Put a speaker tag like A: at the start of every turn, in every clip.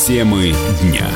A: Темы дня.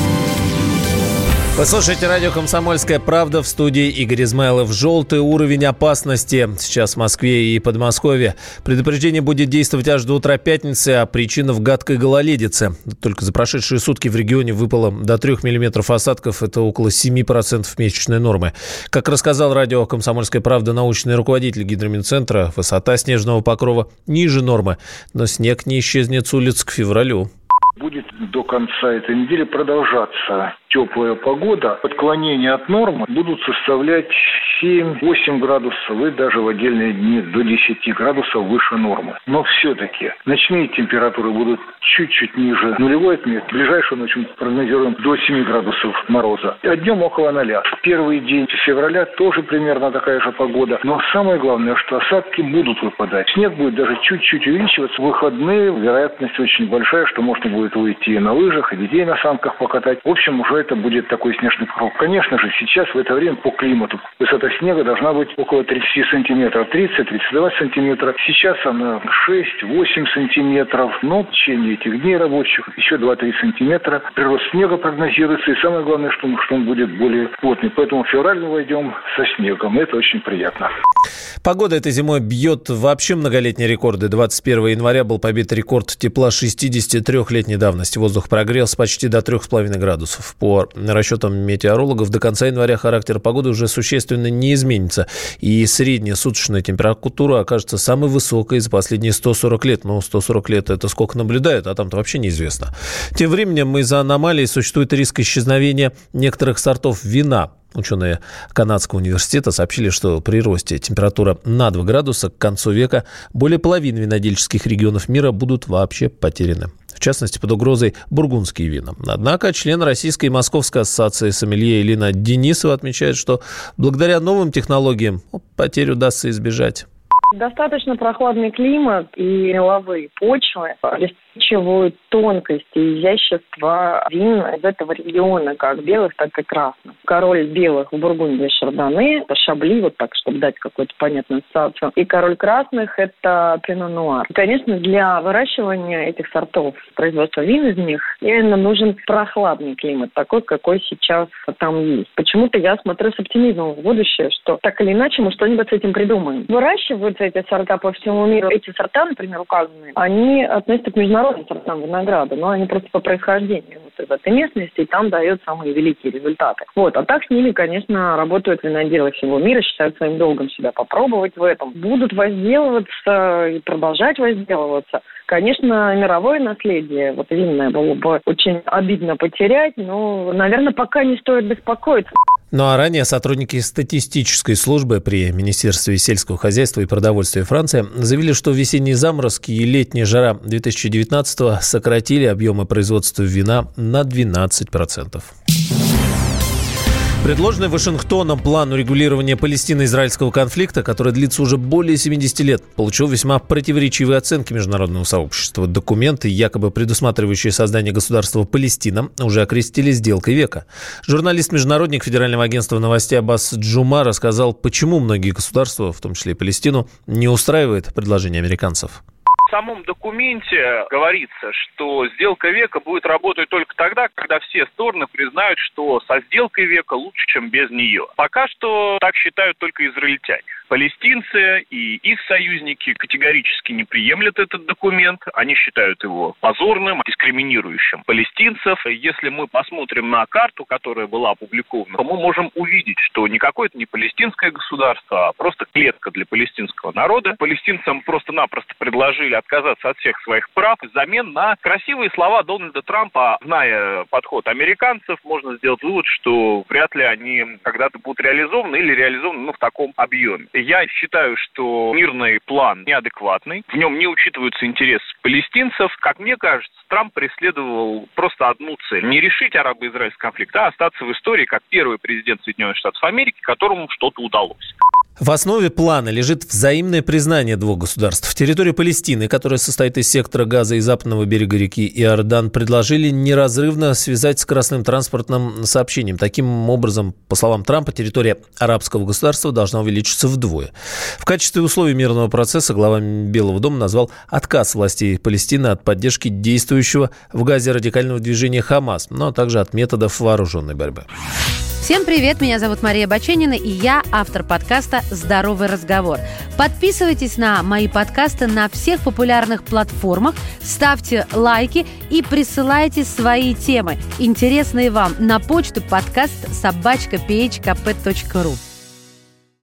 B: Вы слушаете радио «Комсомольская правда», в студии Игорь Измайлов. Желтый уровень опасности сейчас в Москве и Подмосковье. Предупреждение будет действовать аж до утра пятницы, а причина в гадкой гололедице. Только за прошедшие сутки в регионе выпало до 3 миллиметров осадков. Это около 7% месячной нормы. Как рассказал радио «Комсомольская правда» научный руководитель Гидромедцентра, высота снежного покрова ниже нормы. Но снег не исчезнет с улиц к февралю.
C: Будет до конца этой недели продолжаться теплая погода. Отклонения от нормы будут составлять 7-8 градусов и даже в отдельные дни до 10 градусов выше нормы. Но все-таки ночные температуры будут чуть-чуть ниже нулевой отметки. Ближайшую ночь мы прогнозируем до 7 градусов мороза. А днем около 0. В первый день февраля тоже примерно такая же погода. Но самое главное, что осадки будут выпадать. Снег будет даже чуть-чуть увеличиваться. В выходные вероятность очень большая, что можно будет выйти на лыжах, и детей на санках покатать. В общем, уже это будет такой снежный покров. Конечно же, сейчас в это время по климату высота снега должна быть около 30 сантиметров, 30-32 сантиметра. Сейчас она 6-8 сантиметров, но в течение этих дней рабочих еще 2-3 сантиметра. Прирост снега прогнозируется, и самое главное, что он будет более плотный. Поэтому в февраль мы войдем со снегом, и это очень приятно.
B: Погода этой зимой бьет вообще многолетние рекорды. 21 января был побит рекорд тепла 63-летней давности. Воздух прогрелся почти до 3,5 градусов. По расчетам метеорологов, до конца января характер погоды уже существенно не изменится. И средняя суточная температура окажется самой высокой за последние 140 лет. Ну, 140 лет – это сколько наблюдают, а там-то вообще неизвестно. Тем временем из-за аномалий существует риск исчезновения некоторых сортов вина. Ученые Канадского университета сообщили, что при росте температуры на 2 градуса к концу века более половины винодельческих регионов мира будут вообще потеряны. В частности, под угрозой бургундские вина. Однако член Российской и Московской ассоциации сомелье Елена Денисова отмечает, что благодаря новым технологиям потерь удастся избежать.
D: Достаточно прохладный климат и меловые почвы обеспечивают тонкость и изящество вин из этого региона, как белых, так и красных. Король белых в Бургундии Шардоне, это Шабли, вот так, чтобы дать какую-то понятную ассоциацию. И король красных – это Пино Нуар. Конечно, для выращивания этих сортов, производства вин из них, именно нужен прохладный климат, такой, какой сейчас там есть. Почему-то я смотрю с оптимизмом в будущее, что так или иначе мы что-нибудь с этим придумаем. Выращиваются эти сорта по всему миру. Эти сорта, например, указанные, они относятся к международным сортам винограда, но они просто по происхождению вот из этой местности, и там дают самые великие результаты. Вот. А так с ними, конечно, работают виноделы всего мира, считают своим долгом себя попробовать в этом. Будут возделываться и продолжать возделываться. Конечно, мировое наследие, вот винное, было бы очень обидно потерять, но, наверное, пока не стоит беспокоиться.
B: Ну а ранее сотрудники статистической службы при Министерстве сельского хозяйства и продовольствия Франции заявили, что весенние заморозки и летняя жара 2019-го сократили объемы производства вина на 12%. Предложенный Вашингтоном план урегулирования палестино-израильского конфликта, который длится уже более 70 лет, получил весьма противоречивые оценки международного сообщества. Документы, якобы предусматривающие создание государства Палестина, уже окрестили сделкой века. Журналист-международник Федерального агентства новостей Аббас Джума рассказал, почему многие государства, в том числе и Палестину, не устраивает предложение американцев.
E: В самом документе говорится, что сделка века будет работать только тогда, когда все стороны признают, что со сделкой века лучше, чем без нее. Пока что так считают только израильтяне. Палестинцы и их союзники категорически не приемлят этот документ. Они считают его позорным, дискриминирующим палестинцев. Если мы посмотрим на карту, которая была опубликована, то мы можем увидеть, что никакое это не палестинское государство, а просто клетка для палестинского народа. Палестинцам просто-напросто предложили отказаться от всех своих прав взамен на красивые слова Дональда Трампа. Зная подход американцев, можно сделать вывод, что вряд ли они когда-то будут реализованы или реализованы в таком объеме. Я считаю, что мирный план неадекватный, в нем не учитываются интересы палестинцев. Как мне кажется, Трамп преследовал просто одну цель – не решить арабо-израильский конфликт, а остаться в истории как первый президент Соединенных Штатов Америки, которому что-то удалось.
B: В основе плана лежит взаимное признание двух государств. Территория Палестины, которая состоит из сектора Газа и западного берега реки Иордан, предложили неразрывно связать с скоростным транспортным сообщением. Таким образом, по словам Трампа, территория арабского государства должна увеличиться вдвое. В качестве условий мирного процесса глава Белого дома назвал отказ властей Палестины от поддержки действующего в Газе радикального движения «Хамас», но также от методов вооруженной борьбы.
A: Всем привет, меня зовут Мария Баченина, и я автор подкаста «Здоровый разговор». Подписывайтесь на мои подкасты на всех популярных платформах, ставьте лайки и присылайте свои темы, интересные вам, на почту подкаст@phkp.ru.